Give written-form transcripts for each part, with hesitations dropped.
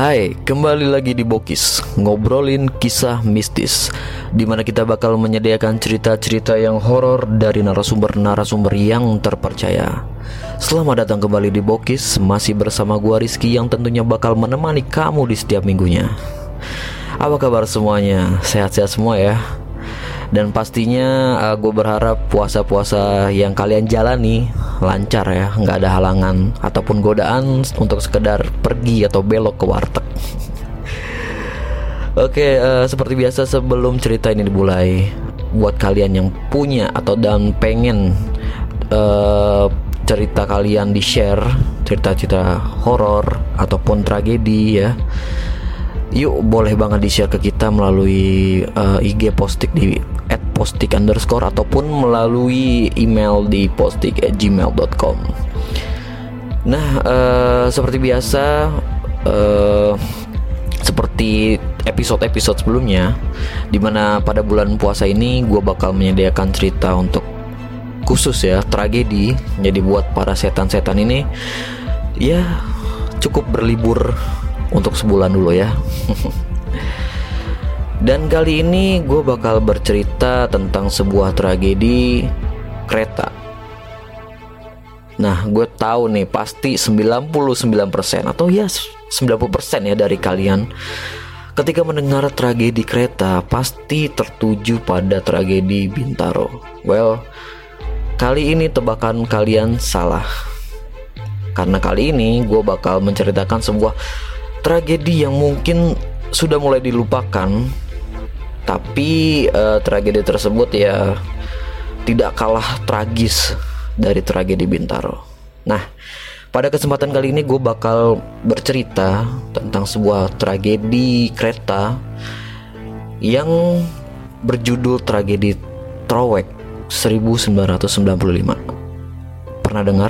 Hai, kembali lagi di Bokis, ngobrolin kisah mistis, dimana kita bakal menyediakan cerita-cerita yang horor dari narasumber-narasumber yang terpercaya. Selamat datang kembali di Bokis, masih bersama gua Rizky yang tentunya bakal menemani kamu di setiap minggunya. Apa kabar semuanya? Sehat-sehat semua ya? Dan pastinya gue berharap puasa-puasa yang kalian jalani lancar ya, nggak ada halangan ataupun godaan untuk sekedar pergi atau belok ke warteg. Oke, seperti biasa sebelum cerita ini dimulai, buat kalian yang punya atau dan pengen cerita kalian di share, cerita-cerita horor ataupun tragedi ya, yuk boleh banget di share ke kita melalui IG Postik di @postik_ ataupun melalui email di postik@gmail.com. Nah, seperti biasa, seperti episode-episode sebelumnya, dimana pada bulan puasa ini gue bakal menyediakan cerita untuk khusus ya, tragedi. Jadi buat para setan-setan ini ya cukup berlibur untuk sebulan dulu ya. Dan kali ini gue bakal bercerita tentang sebuah tragedi kereta. Nah, gue tahu nih pasti 99% atau ya 90% ya dari kalian ketika mendengar tragedi kereta pasti tertuju pada tragedi Bintaro. Well, kali ini tebakan kalian salah. Karena kali ini gue bakal menceritakan sebuah tragedi yang mungkin sudah mulai dilupakan, tapi tragedi tersebut ya tidak kalah tragis dari tragedi Bintaro. Nah, pada kesempatan kali ini gue bakal bercerita tentang sebuah tragedi kereta yang berjudul tragedi Trowek 1995. Pernah dengar?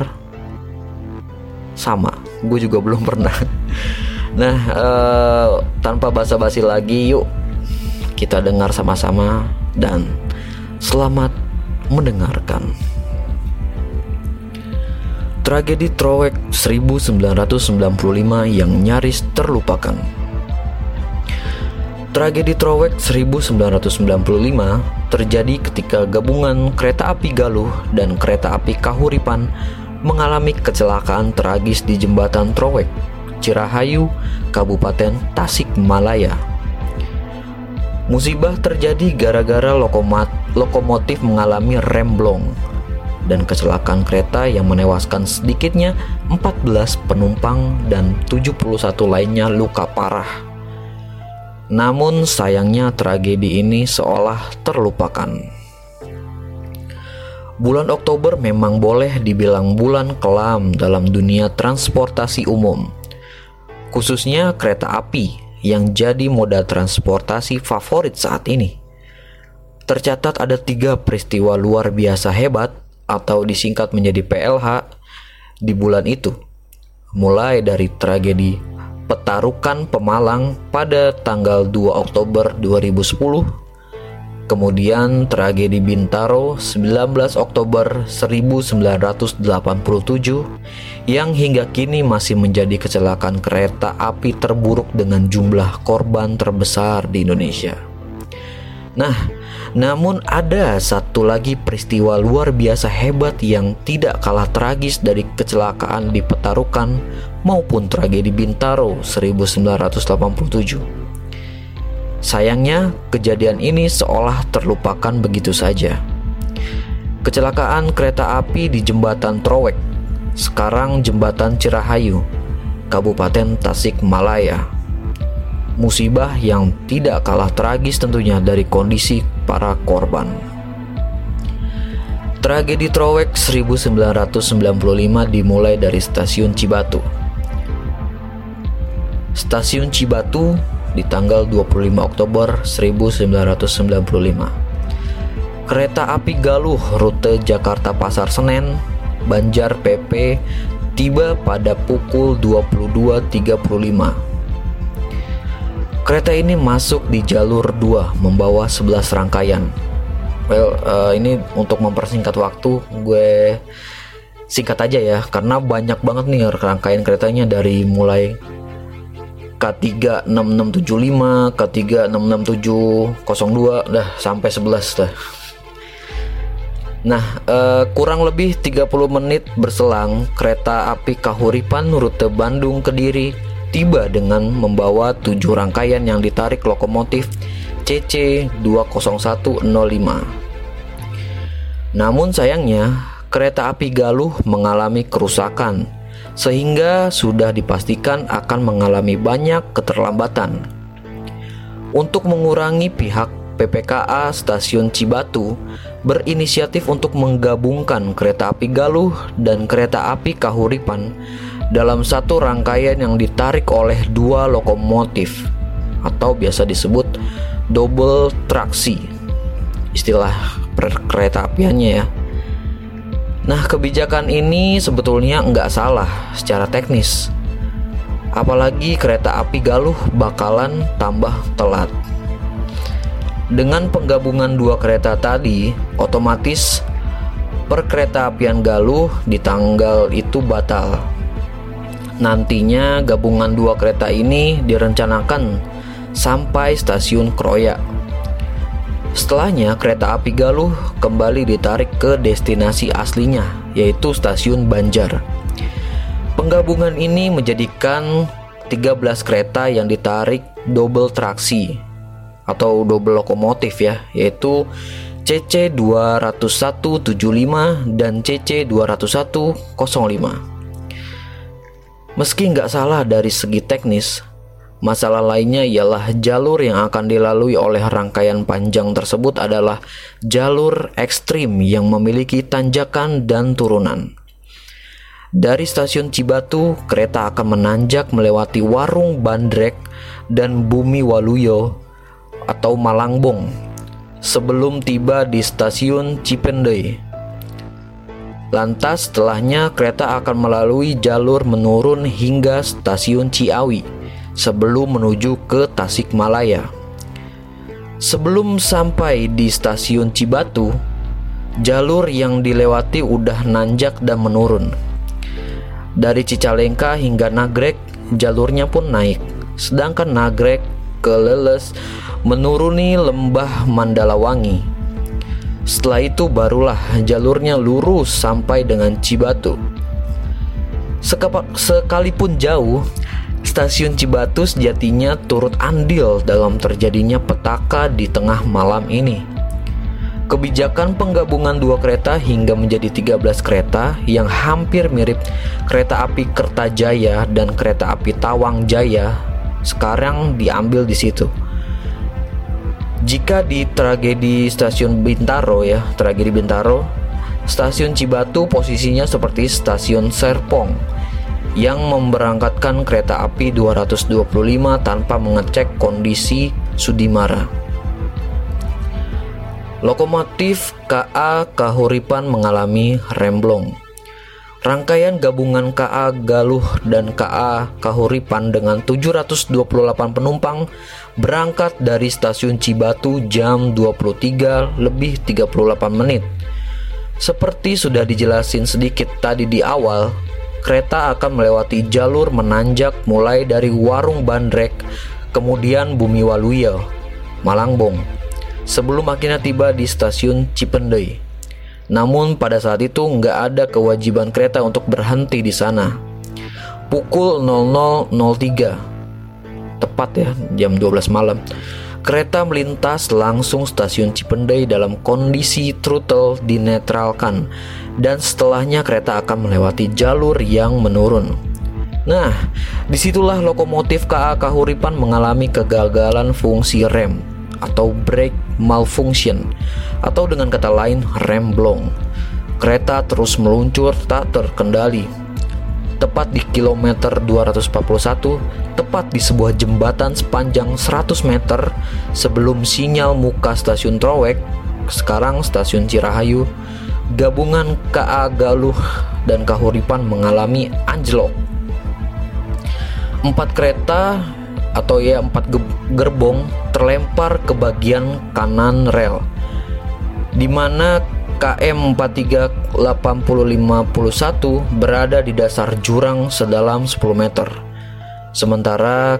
Sama, gue juga belum pernah. Nah, tanpa basa-basi lagi, yuk kita dengar sama-sama dan selamat mendengarkan. Tragedi Trowek 1995 yang nyaris terlupakan. Tragedi Trowek 1995 terjadi ketika gabungan kereta api Galuh dan kereta api Kahuripan mengalami kecelakaan tragis di jembatan Trowek, Cirahayu, Kabupaten Tasikmalaya. Musibah terjadi gara-gara lokomotif mengalami remblong dan kecelakaan kereta yang menewaskan sedikitnya 14 penumpang dan 71 lainnya luka parah. Namun sayangnya tragedi ini seolah terlupakan. Bulan Oktober memang boleh dibilang bulan kelam dalam dunia transportasi umum, khususnya kereta api yang jadi moda transportasi favorit saat ini. Tercatat ada 3 peristiwa luar biasa hebat atau disingkat menjadi PLH di bulan itu, mulai dari tragedi Petarukan Pemalang pada tanggal 2 Oktober 2010, kemudian tragedi Bintaro 19 Oktober 1987 yang hingga kini masih menjadi kecelakaan kereta api terburuk dengan jumlah korban terbesar di Indonesia. Nah, namun ada satu lagi peristiwa luar biasa hebat yang tidak kalah tragis dari kecelakaan di Petarukan maupun tragedi Bintaro 1987. Sayangnya, kejadian ini seolah terlupakan begitu saja. Kecelakaan kereta api di jembatan Trowek, sekarang jembatan Cirahayu, Kabupaten Tasikmalaya. Musibah yang tidak kalah tragis tentunya dari kondisi para korban. Tragedi Trowek 1995 dimulai dari stasiun Cibatu. Stasiun Cibatu di tanggal 25 Oktober 1995. Kereta api Galuh rute Jakarta Pasar Senen, Banjar PP tiba pada pukul 22.35. Kereta ini masuk di jalur 2 membawa 11 rangkaian. Well, ini untuk mempersingkat waktu, gue singkat aja ya, karena banyak banget nih rangkaian keretanya dari mulai K36675, K3667002, dah sampai 11 dah. Nah, kurang lebih 30 menit berselang, kereta api Kahuripan rute Bandung Kediri tiba dengan membawa 7 rangkaian yang ditarik lokomotif CC20105. Namun sayangnya, kereta api Galuh mengalami kerusakan, sehingga sudah dipastikan akan mengalami banyak keterlambatan. Untuk mengurangi, pihak PPKA Stasiun Cibatu berinisiatif untuk menggabungkan kereta api Galuh dan kereta api Kahuripan dalam satu rangkaian yang ditarik oleh 2 lokomotif atau biasa disebut double traksi, istilah kereta apiannya ya. Nah, kebijakan ini sebetulnya nggak salah secara teknis, apalagi kereta api Galuh bakalan tambah telat. Dengan penggabungan 2 kereta tadi, otomatis perkeretaapian Galuh di tanggal itu batal. Nantinya gabungan 2 kereta ini direncanakan sampai stasiun Kroya. Setelahnya kereta api Galuh kembali ditarik ke destinasi aslinya, yaitu stasiun Banjar. Penggabungan ini menjadikan 13 kereta yang ditarik double traksi atau double lokomotif ya, yaitu CC20175 dan CC20105. Meski nggak salah dari segi teknis, masalah lainnya ialah jalur yang akan dilalui oleh rangkaian panjang tersebut adalah jalur ekstrim yang memiliki tanjakan dan turunan. Dari stasiun Cibatu, kereta akan menanjak melewati Warung Bandrek dan Bumi Waluyo atau Malangbong sebelum tiba di stasiun Cipendei. Lantas setelahnya kereta akan melalui jalur menurun hingga stasiun Ciawi sebelum menuju ke Tasikmalaya. Sebelum sampai di stasiun Cibatu, jalur yang dilewati udah nanjak dan menurun. Dari Cicalengka hingga Nagrek, jalurnya pun naik. Sedangkan Nagrek ke Leles menuruni lembah Mandalawangi. Setelah itu barulah jalurnya lurus sampai dengan Cibatu. Sekalipun jauh, stasiun Cibatu sejatinya turut andil dalam terjadinya petaka di tengah malam ini. Kebijakan penggabungan 2 kereta hingga menjadi 13 kereta yang hampir mirip kereta api Kertajaya dan kereta api Tawang Jaya sekarang diambil di situ. Jika di tragedi stasiun Bintaro ya, tragedi Bintaro, stasiun Cibatu posisinya seperti stasiun Serpong yang memberangkatkan kereta api 225 tanpa mengecek kondisi Sudimara. Lokomotif KA Kahuripan mengalami remblong. Rangkaian gabungan KA Galuh dan KA Kahuripan dengan 728 penumpang berangkat dari stasiun Cibatu jam 23:38. Seperti sudah dijelasin sedikit tadi di awal, kereta akan melewati jalur menanjak mulai dari Warung Bandrek, kemudian Bumi Waluyo, Malangbong, sebelum akhirnya tiba di stasiun Cipendei. Namun pada saat itu nggak ada kewajiban kereta untuk berhenti di sana. Pukul 00.03, tepat ya, jam 12 malam, kereta melintas langsung stasiun Cipendei dalam kondisi throttle dinetralkan, dan setelahnya kereta akan melewati jalur yang menurun. Nah, disitulah lokomotif KA Kahuripan mengalami kegagalan fungsi rem atau brake malfunction, atau dengan kata lain remblong. Kereta terus meluncur tak terkendali. Tepat di kilometer 241, tepat di sebuah jembatan sepanjang 100 meter sebelum sinyal muka stasiun Trowek, sekarang stasiun Cirahayu, gabungan KA Galuh dan Kahuripan mengalami anjlok. 4 kereta atau ya 4 gerbong terlempar ke bagian kanan rel, di mana KM 438051 berada di dasar jurang sedalam 10 meter. Sementara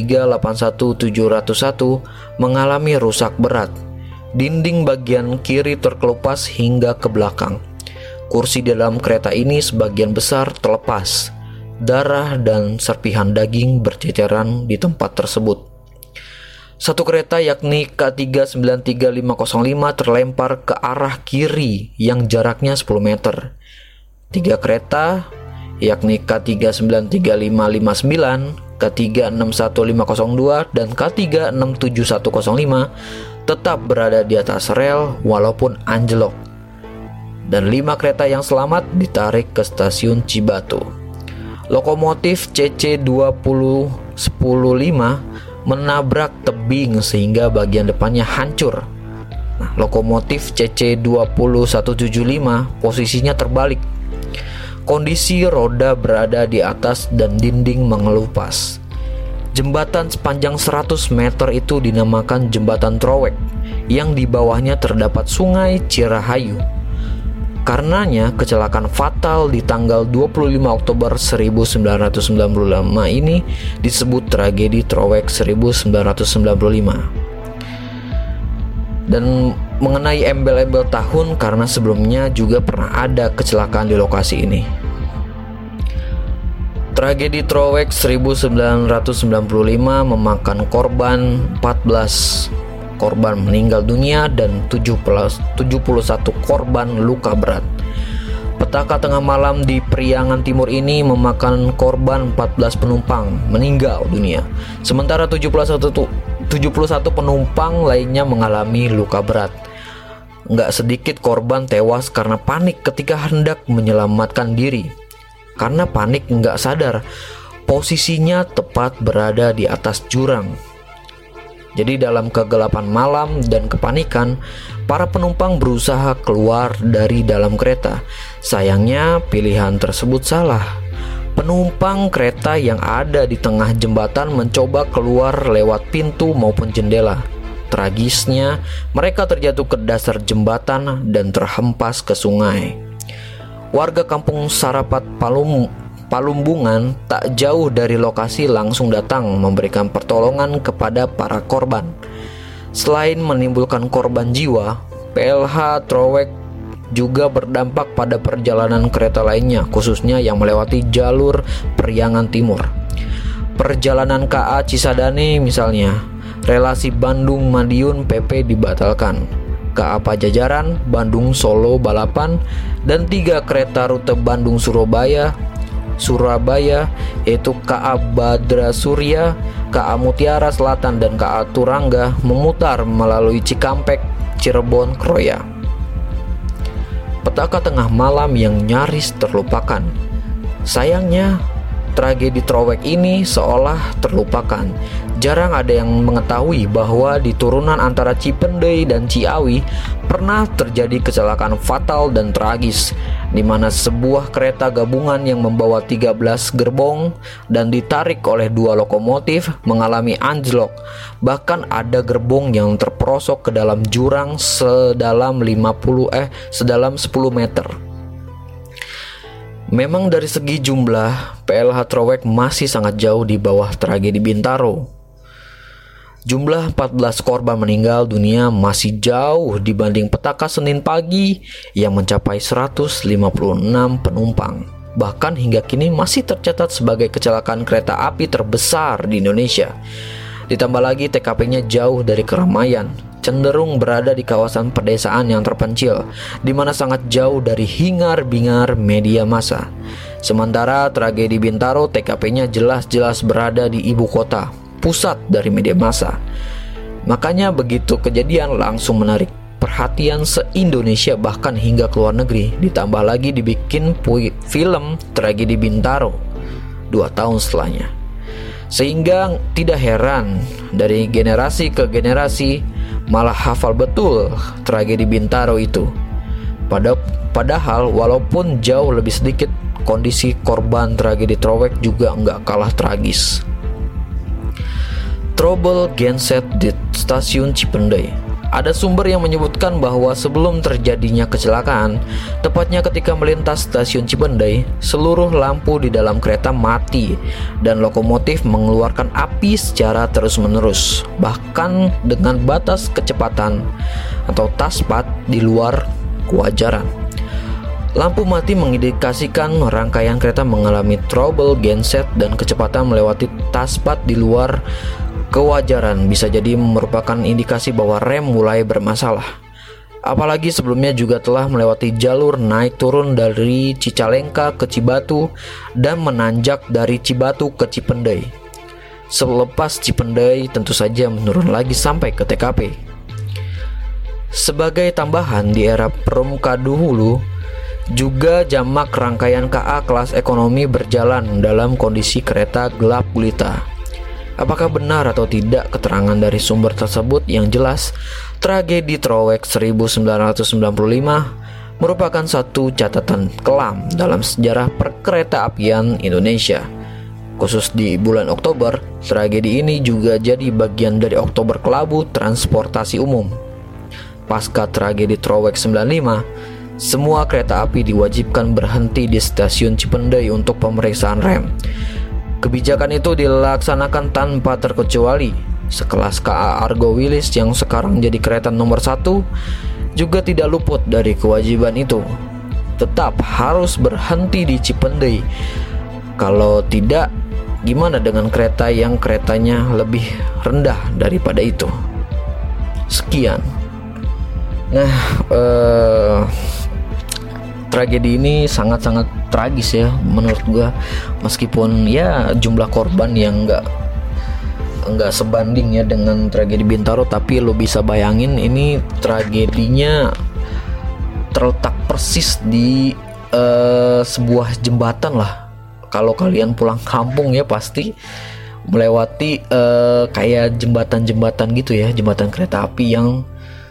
K3-81701 mengalami rusak berat. Dinding bagian kiri terkelupas hingga ke belakang. Kursi di dalam kereta ini sebagian besar terlepas. Darah dan serpihan daging berceceran di tempat tersebut. Satu kereta yakni K3-93505 terlempar ke arah kiri yang jaraknya 10 meter. 3 kereta yakni K3-93559, K3-61502, dan K3-67105 tetap berada di atas rel walaupun anjlok. Dan 5 kereta yang selamat ditarik ke stasiun Cibatu. Lokomotif CC20105 menabrak tebing sehingga bagian depannya hancur. Lokomotif CC20175 posisinya terbalik. Kondisi roda berada di atas dan dinding mengelupas. Jembatan sepanjang 100 meter itu dinamakan Jembatan Trowek, yang di bawahnya terdapat Sungai Cirahayu. Karenanya kecelakaan fatal di tanggal 25 Oktober 1995 ini disebut tragedi Trowek 1995. Dan mengenai embel-embel tahun, karena sebelumnya juga pernah ada kecelakaan di lokasi ini. Tragedi Trowek 1995 memakan korban 14 korban meninggal dunia dan 71 korban luka berat. Petaka tengah malam di Priangan Timur ini memakan korban 14 penumpang meninggal dunia, sementara 71 penumpang lainnya mengalami luka berat. Nggak sedikit korban tewas karena panik ketika hendak menyelamatkan diri. Karena panik nggak sadar posisinya tepat berada di atas jurang. Jadi dalam kegelapan malam dan kepanikan, para penumpang berusaha keluar dari dalam kereta. Sayangnya pilihan tersebut salah. Penumpang kereta yang ada di tengah jembatan mencoba keluar lewat pintu maupun jendela. Tragisnya, mereka terjatuh ke dasar jembatan dan terhempas ke sungai. Warga kampung Sarapat Palumbungan tak jauh dari lokasi langsung datang memberikan pertolongan kepada para korban. Selain menimbulkan korban jiwa, PLH Trowek juga berdampak pada perjalanan kereta lainnya, khususnya yang melewati jalur Priangan Timur. Perjalanan KA Cisadane misalnya, relasi Bandung-Madiun PP dibatalkan. KA Pajajaran, Bandung Solo Balapan, dan 3 kereta rute Bandung-Surabaya yaitu KA Badra Surya, KA Mutiara Selatan, dan KA Turangga memutar melalui Cikampek, Cirebon, Kroya. Petaka tengah malam yang nyaris terlupakan. Sayangnya, tragedi Trowek ini seolah terlupakan. Jarang ada yang mengetahui bahwa di turunan antara Cipendei dan Ciawi pernah terjadi kecelakaan fatal dan tragis, di mana sebuah kereta gabungan yang membawa 13 gerbong dan ditarik oleh 2 lokomotif mengalami anjlok. Bahkan ada gerbong yang terperosok ke dalam jurang sedalam 10 meter. Memang dari segi jumlah, PLH Trowek masih sangat jauh di bawah tragedi Bintaro. Jumlah 14 korban meninggal dunia masih jauh dibanding petaka Senin pagi yang mencapai 156 penumpang. Bahkan hingga kini masih tercatat sebagai kecelakaan kereta api terbesar di Indonesia. Ditambah lagi TKP-nya jauh dari keramaian, cenderung berada di kawasan pedesaan yang terpencil, di mana sangat jauh dari hingar-bingar media massa. Sementara tragedi Bintaro, TKP-nya jelas-jelas berada di ibu kota, pusat dari media massa. Makanya begitu kejadian langsung menarik perhatian se-Indonesia bahkan hingga ke luar negeri. Ditambah lagi dibikin film tragedi Bintaro 2 tahun setelahnya. Sehingga tidak heran dari generasi ke generasi malah hafal betul tragedi Bintaro itu. Padahal walaupun jauh lebih sedikit, kondisi korban tragedi Trowek juga nggak kalah tragis. Trouble genset di stasiun Cipendei. Ada sumber yang menyebutkan bahwa sebelum terjadinya kecelakaan, tepatnya ketika melintas stasiun Cipendei, seluruh lampu di dalam kereta mati dan lokomotif mengeluarkan api secara terus-menerus, bahkan dengan batas kecepatan atau taspat di luar kewajaran. Lampu mati mengindikasikan rangkaian kereta mengalami trouble genset dan kecepatan melewati taspat di luar kewajaran bisa jadi merupakan indikasi bahwa rem mulai bermasalah. Apalagi sebelumnya juga telah melewati jalur naik turun dari Cicalengka ke Cibatu dan menanjak dari Cibatu ke Cipendei. Selepas Cipendei tentu saja menurun lagi sampai ke TKP. Sebagai tambahan, di era Pramuka dahulu juga jamak rangkaian KA kelas ekonomi berjalan dalam kondisi kereta gelap gulita. Apakah benar atau tidak keterangan dari sumber tersebut? Yang jelas, tragedi Trowek 1995 merupakan satu catatan kelam dalam sejarah perkereta-apian Indonesia. Khusus di bulan Oktober, tragedi ini juga jadi bagian dari Oktober Kelabu Transportasi Umum. Pasca tragedi Trowek 95, semua kereta api diwajibkan berhenti di stasiun Cipendei untuk pemeriksaan rem. Kebijakan itu dilaksanakan tanpa terkecuali. Sekelas KA Argo Wilis yang sekarang jadi kereta nomor 1 juga tidak luput dari kewajiban itu. Tetap harus berhenti di Cipendei. Kalau tidak, gimana dengan kereta yang keretanya lebih rendah daripada itu? Sekian. Nah, tragedi ini sangat-sangat tragis ya menurut gua, meskipun ya jumlah korban yang nggak sebanding ya dengan tragedi Bintaro, tapi lo bisa bayangin ini tragedinya terletak persis di sebuah jembatan lah. Kalau kalian pulang kampung ya pasti melewati kayak jembatan-jembatan gitu ya, jembatan kereta api yang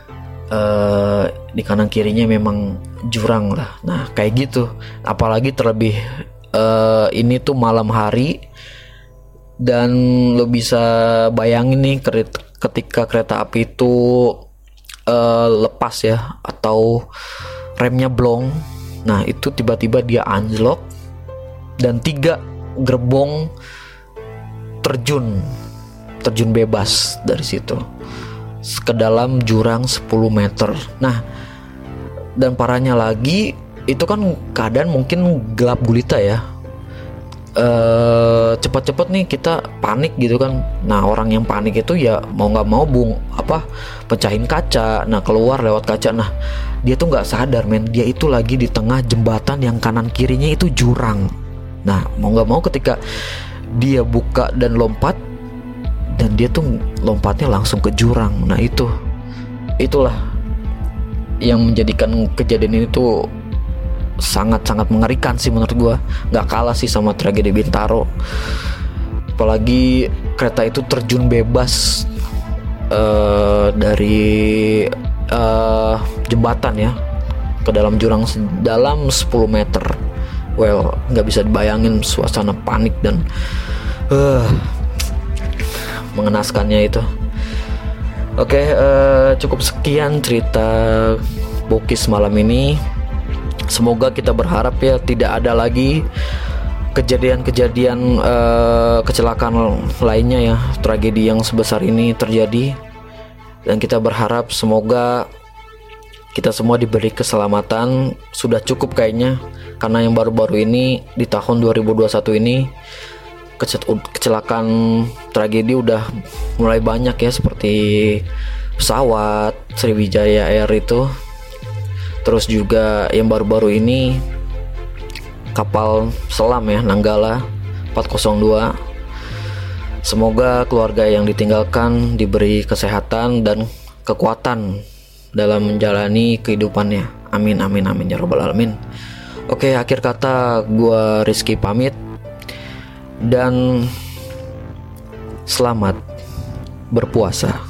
di kanan kirinya memang jurang lah. Nah kayak gitu, apalagi terlebih ini tuh malam hari, dan lo bisa bayangin nih ketika kereta api itu lepas ya, atau remnya blong. Nah itu tiba-tiba dia anjlok dan 3 gerbong terjun bebas dari situ ke dalam jurang 10 meter. Nah, dan parahnya lagi itu kan keadaan mungkin gelap gulita ya. Cepat-cepat nih kita panik gitu kan. Nah, orang yang panik itu ya mau nggak mau pecahin kaca. Nah, keluar lewat kaca. Nah, dia tuh nggak sadar dia itu lagi di tengah jembatan yang kanan kirinya itu jurang. Nah, mau nggak mau ketika dia buka dan lompat, dan dia tuh lompatnya langsung ke jurang. Nah itulah yang menjadikan kejadian ini tuh sangat-sangat mengerikan sih menurut gua. Nggak kalah sih sama tragedi Bintaro. Apalagi kereta itu terjun bebas dari jembatan ya ke dalam jurang dalam 10 meter. Well, nggak bisa dibayangin suasana panik dan mengenaskannya itu. Oke, cukup sekian cerita Bokis malam ini. Semoga kita berharap ya tidak ada lagi kejadian-kejadian kecelakaan lainnya ya, tragedi yang sebesar ini terjadi. Dan kita berharap semoga kita semua diberi keselamatan. Sudah cukup kayaknya, karena yang baru-baru ini di tahun 2021 ini kecelakaan tragedi udah mulai banyak ya, seperti pesawat Sriwijaya Air itu, terus juga yang baru-baru ini kapal selam ya, Nanggala 402. Semoga keluarga yang ditinggalkan diberi kesehatan dan kekuatan dalam menjalani kehidupannya. Amin amin amin ya robbal alamin. Oke, akhir kata gua Rizky pamit. Dan selamat berpuasa.